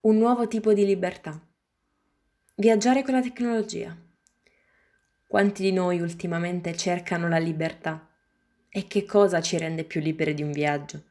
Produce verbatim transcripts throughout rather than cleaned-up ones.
Un nuovo tipo di libertà. Viaggiare con la tecnologia. Quanti di noi ultimamente cercano la libertà? E che cosa ci rende più liberi di un viaggio?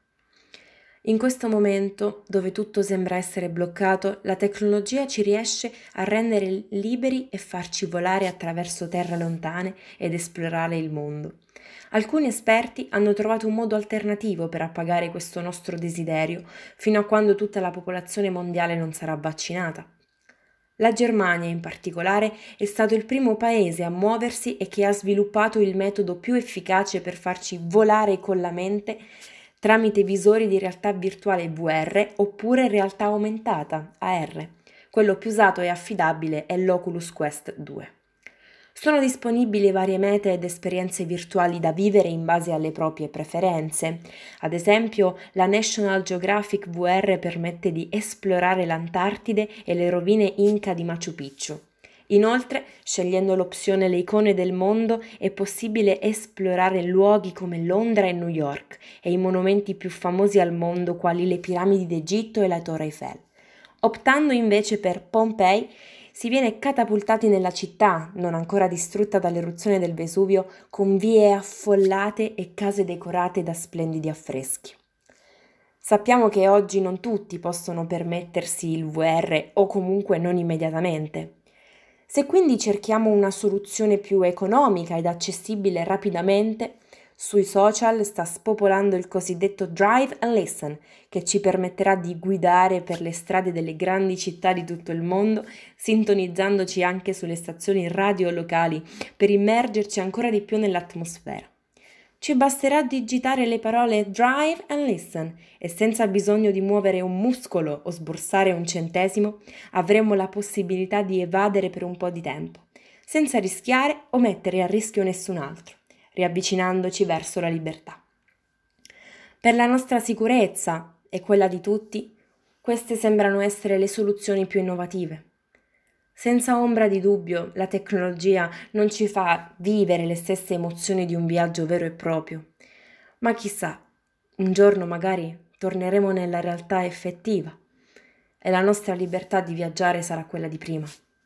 In questo momento, dove tutto sembra essere bloccato, la tecnologia ci riesce a rendere liberi e farci volare attraverso terre lontane ed esplorare il mondo. Alcuni esperti hanno trovato un modo alternativo per appagare questo nostro desiderio fino a quando tutta la popolazione mondiale non sarà vaccinata. La Germania, in particolare, è stato il primo paese a muoversi e che ha sviluppato il metodo più efficace per farci volare con la mente tramite visori di realtà virtuale V R oppure realtà aumentata A R. Quello più usato e affidabile è l'Oculus Quest due. Sono disponibili varie mete ed esperienze virtuali da vivere in base alle proprie preferenze. Ad esempio, la National Geographic V R permette di esplorare l'Antartide e le rovine Inca di Machu Picchu. Inoltre, scegliendo l'opzione Le icone del mondo, è possibile esplorare luoghi come Londra e New York e i monumenti più famosi al mondo quali le piramidi d'Egitto e la Torre Eiffel. Optando invece per Pompei, si viene catapultati nella città, non ancora distrutta dall'eruzione del Vesuvio, con vie affollate e case decorate da splendidi affreschi. Sappiamo che oggi non tutti possono permettersi il V R o comunque non immediatamente. Se quindi cerchiamo una soluzione più economica ed accessibile rapidamente, sui social sta spopolando il cosiddetto Drive and Listen, che ci permetterà di guidare per le strade delle grandi città di tutto il mondo, sintonizzandoci anche sulle stazioni radio locali per immergerci ancora di più nell'atmosfera. Ci basterà digitare le parole Drive and Listen e senza bisogno di muovere un muscolo o sborsare un centesimo, avremo la possibilità di evadere per un po' di tempo, senza rischiare o mettere a rischio nessun altro, riavvicinandoci verso la libertà. Per la nostra sicurezza e quella di tutti, queste sembrano essere le soluzioni più innovative. Senza ombra di dubbio, la tecnologia non ci fa vivere le stesse emozioni di un viaggio vero e proprio, ma chissà, un giorno magari torneremo nella realtà effettiva e la nostra libertà di viaggiare sarà quella di prima.